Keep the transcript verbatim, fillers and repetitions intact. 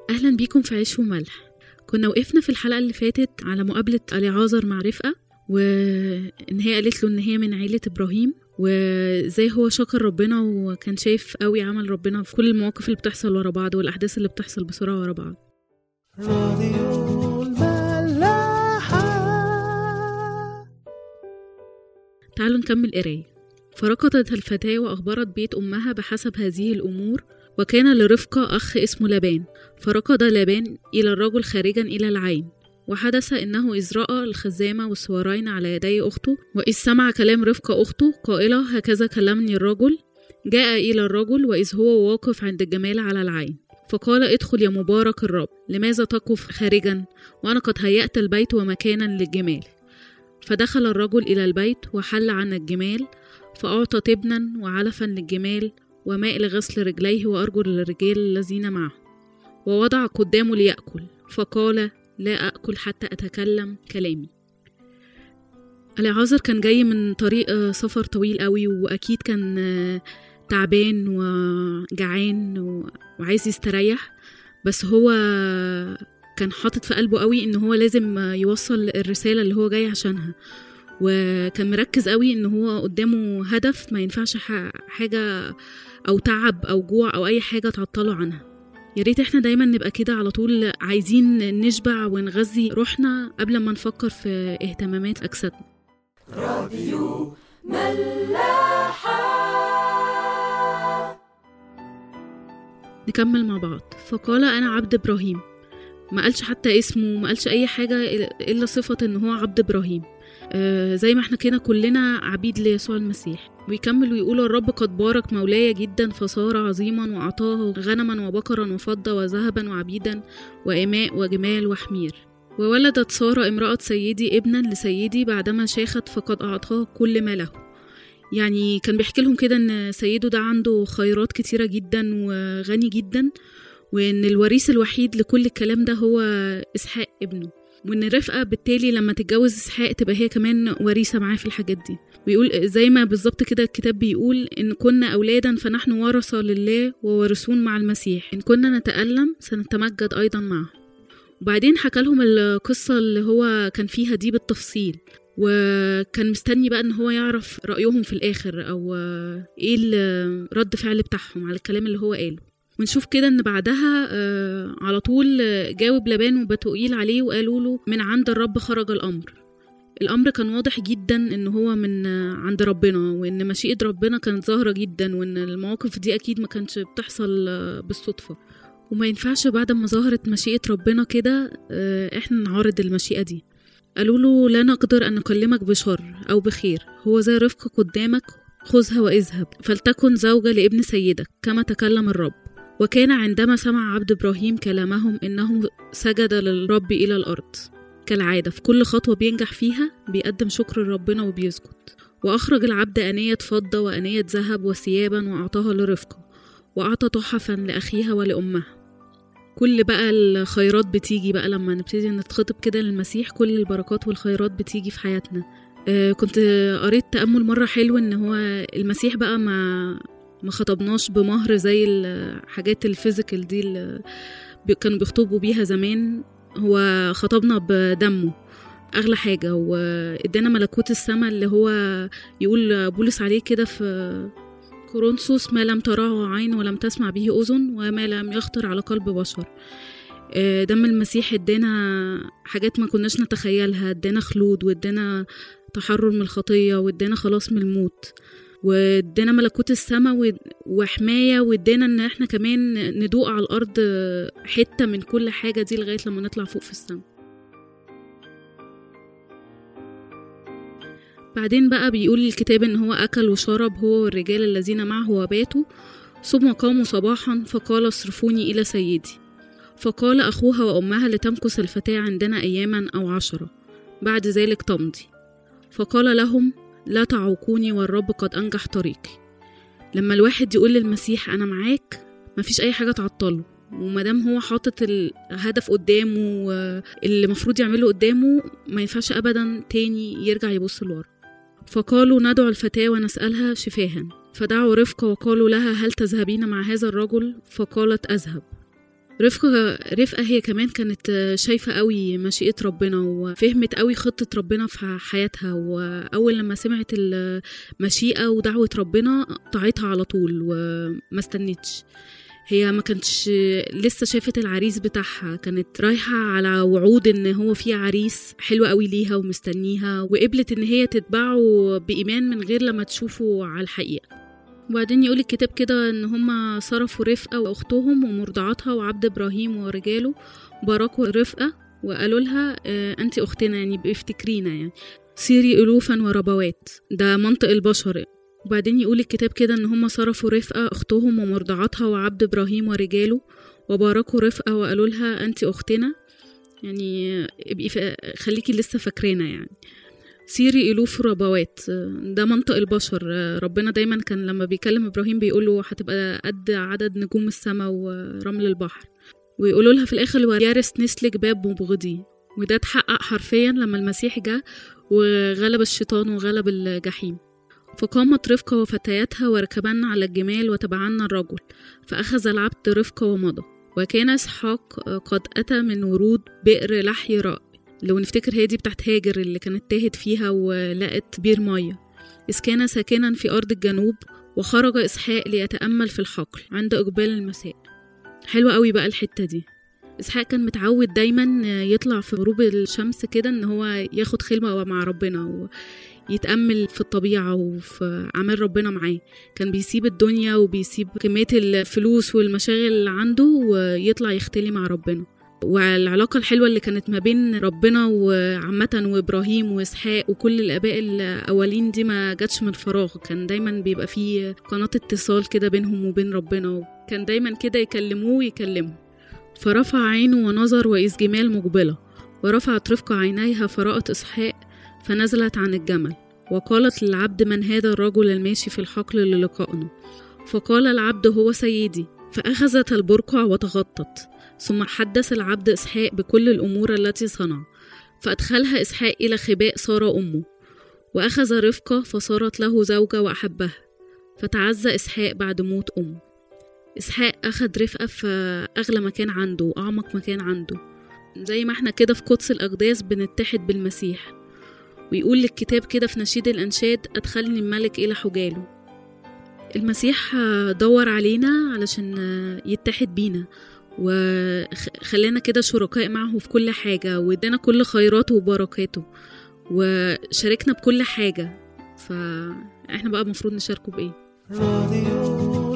أهلا بيكم في عيش وملح. كنا وقفنا في الحلقة اللي فاتت على مقابلة أليعازر مع رفقة، وإن هي قالت له إن هي من عيلة إبراهيم، وزي هو شكر ربنا وكان شايف قوي عمل ربنا في كل المواقف اللي بتحصل ورا بعض والأحداث اللي بتحصل بسرعة ورا بعض. راديو الملاحة. تعالوا نكمل قراية. فركضت الفتاة وأخبرت بيت أمها بحسب هذه الأمور، وكان لرفقة أخ اسمه لابان. فركض لابان إلى الرجل خارجا إلى العين، وحدث إنه إذ رأى الخزامة والسوارين على يدي أخته، وإذ سمع كلام رفقة أخته قائلة هكذا كلمني الرجل، جاء إلى الرجل وإذ هو واقف عند الجمال على العين، فقال ادخل يا مبارك الرب، لماذا تقف خارجا وأنا قد هيأت البيت ومكانا للجمال؟ فدخل الرجل إلى البيت وحل عن الجمال، فأعطى تبنا وعلفا للجمال وماء لغسل رجليه وأرجل الرجال الذين معه، ووضع قدامه ليأكل، فقال لا أكل حتى أتكلم كلامي. أليعازر كان جاي من طريق سفر طويل قوي، وأكيد كان تعبان وجعان وعايز يستريح، بس هو كان حاطط في قلبه قوي إن هو لازم يوصل الرسالة اللي هو جاي عشانها، وكان مركز قوي إن هو قدامه هدف ما ينفعش حاجة أو تعب أو جوع أو أي حاجة تعطله عنها. ياريت احنا دايما نبقى كده على طول عايزين نشبع ونغذي روحنا قبل ما نفكر في اهتمامات أجسادنا. راديو ملاحة. نكمل مع بعض. فقال أنا عبد إبراهيم. ما قالش حتى اسمه، ما قالش أي حاجة إلا صفة إن هو عبد إبراهيم. آه زي ما احنا كده كلنا عبيد ليسوع المسيح. ويكمل ويقول الرب قد بارك مولاي جدا فصار عظيما، وأعطاه غنما وبقرا وفضة وذهبا وعبيدا وإماء وجمال وحمير. وولدت سارة امرأة سيدي ابنا لسيدي بعدما شاخت، فقد أعطاه كل ما له. يعني كان بيحكي لهم كده ان سيده ده عنده خيرات كتيرة جدا وغني جدا، وان الوريث الوحيد لكل الكلام ده هو إسحاق ابنه، وان رفقة بالتالي لما تتجوز إسحاق تبقى هي كمان وريثة معاه في الحاجات دي. ويقول زي ما بالظبط كده الكتاب بيقول إن كنا أولادا فنحن ورثة لله وورثون مع المسيح، إن كنا نتألم سنتمجد أيضا معه. وبعدين حكى لهم القصة اللي هو كان فيها دي بالتفصيل، وكان مستني بقى إن هو يعرف رأيهم في الآخر أو إيه الرد فعل بتاعهم على الكلام اللي هو قاله. ونشوف كده ان بعدها آه على طول جاوب لابان وبتوئيل عليه وقالوا له من عند الرب خرج الامر. الامر كان واضح جدا ان هو من عند ربنا، وان مشيئة ربنا كانت ظاهرة جدا، وان المواقف دي اكيد ما كانتش بتحصل بالصدفة، وما ينفعش بعد ما ظهرت مشيئة ربنا كده آه احنا نعارض المشيئة دي. قالوا له لا نقدر ان نكلمك بشر او بخير، هو زي رفقة قدامك خذها واذهب فلتكن زوجة لابن سيدك كما تكلم الرب. وكان عندما سمع عبد إبراهيم كلامهم إنه سجد للرب إلى الأرض. كالعادة في كل خطوة بينجح فيها بيقدم شكر لربنا وبيسجد. وأخرج العبد آنية فضة وآنية ذهب وثيابا وأعطاها لرفقة، وأعطى تحفا لأخيها ولأمها. كل بقى الخيرات بتيجي بقى لما نبتدي نتخطب كده للمسيح، كل البركات والخيرات بتيجي في حياتنا. آه كنت قريت تأمل مرة حلو إن هو المسيح بقى ما ما خطبناش بمهر زي الحاجات الفيزيكال دي اللي كانوا بيخطبوا بيها زمان، هو خطبنا بدمه أغلى حاجة، وإدانا ملكوت السماء اللي هو يقول بولس عليه كده في كورنثوس ما لم تراه عين ولم تسمع به أذن وما لم يخطر على قلب بشر. دم المسيح إدانا حاجات ما كناش نتخيلها، إدانا خلود وإدانا تحرر من الخطية وإدانا خلاص من الموت، وادينا ملكوت السماء وحماية، وادينا ان احنا كمان ندوق على الارض حتة من كل حاجة دي لغاية لما نطلع فوق في السماء. بعدين بقى بيقول الكتاب ان هو اكل وشرب هو والرجال الذين معه وباتوا، ثم قاموا صباحا فقال اصرفوني الى سيدي. فقال اخوها وامها لتمكث الفتاة عندنا اياما او عشرة، بعد ذلك تمضي. فقال لهم لا تعوقوني والرب قد أنجح طريقي. لما الواحد يقول للمسيح أنا معاك مفيش أي حاجة تعطله، ومدام هو حاطط الهدف قدامه واللي مفروض يعمله قدامه ما ينفعش أبدا تاني يرجع يبص لورا. فقالوا ندعو الفتاة ونسألها شفاها، فدعوا رفقة وقالوا لها هل تذهبين مع هذا الرجل؟ فقالت أذهب. رفقة رفقة هي كمان كانت شايفة قوي مشيئة ربنا وفهمت قوي خطة ربنا في حياتها، وأول لما سمعت المشيئة ودعوة ربنا طاعتها على طول وما استنتش. هي ما كانتش لسه شافت العريس بتاعها، كانت رايحة على وعود ان هو في عريس حلو قوي ليها ومستنيها، وقبلت ان هي تتبعه بإيمان من غير لما تشوفه على الحقيقة. وبعدين يقول الكتاب كده ان هما صرفوا رفقة واختهم ومرضعاتها وعبد ابراهيم ورجاله، باركوا رفقة وقالوا لها اه انت اختنا، يعني بيفتكرينا، يعني سيري الوفا وربوات، ده منطق البشر. وبعدين يقول الكتاب كده ان هما صرفوا رفقة اختهم ومرضعاتها وعبد ابراهيم ورجاله، وباركوا رفقة وقالوا لها انت اختنا، يعني ابقي خليكي لسه فاكرينا، يعني سيري الوف ربوات، ده منطق البشر. ربنا دايما كان لما بيكلم ابراهيم بيقوله هتبقى قد عدد نجوم السماء ورمل البحر، ويقولوا لها في الاخر ويرث نسلك باب مبغضي، وده اتحقق حرفيا لما المسيح جه وغلب الشيطان وغلب الجحيم. فقامت رفقة وفتياتها وركبن على الجمال وتبعن الرجل، فأخذ العبد رفقة ومضى. وكان إسحاق قد أتى من ورود بئر لحي رأي، لو نفتكر هي دي بتاعت هاجر اللي كانت تاهت فيها ولقت بير مية، إذ كان ساكنا في أرض الجنوب. وخرج إسحاق ليتأمل في الحقل عند إقبال المساء. حلوة قوي بقى الحتة دي. إسحاق كان متعود دايما يطلع في غروب الشمس كده إن هو ياخد خلوة مع ربنا ويتأمل في الطبيعة وفي أعمال ربنا معاه. كان بيسيب الدنيا وبيسيب كمية الفلوس والمشاغل اللي عنده ويطلع يختلي مع ربنا. والعلاقة الحلوة اللي كانت ما بين ربنا وعامة وإبراهيم وإسحاق وكل الآباء الأولين دي ما جاتش من فراغ، كان دايما بيبقى فيه قناة اتصال كده بينهم وبين ربنا، وكان دايما كده يكلموه ويكلمه. فرفع عينه ونظر وإذ جمال مقبلة، ورفعت رفقة عينيها فرأت إسحاق فنزلت عن الجمل، وقالت للعبد من هذا الرجل الماشي في الحقل للقائنا؟ فقال العبد هو سيدي. فأخذت البرقع وتغطت. ثم حدث العبد إسحاق بكل الأمور التي صنع، فأدخلها إسحاق إلى خباء سارة أمه، وأخذ رفقة فصارت له زوجة وأحبها، فتعزى إسحاق بعد موت أمه. إسحاق أخذ رفقة في أغلى مكان عنده وأعمق مكان عنده، زي ما احنا كده في قدس الأقداس بنتحد بالمسيح. ويقول الكتاب كده في نشيد الأنشاد أدخلني الملك إلى حجاله. المسيح دور علينا علشان يتحد بينا وخلينا كده شركاء معه في كل حاجة، وادانا كل خيراته وبركاته وشاركنا بكل حاجة. فاحنا بقى مفروض نشاركه بإيه؟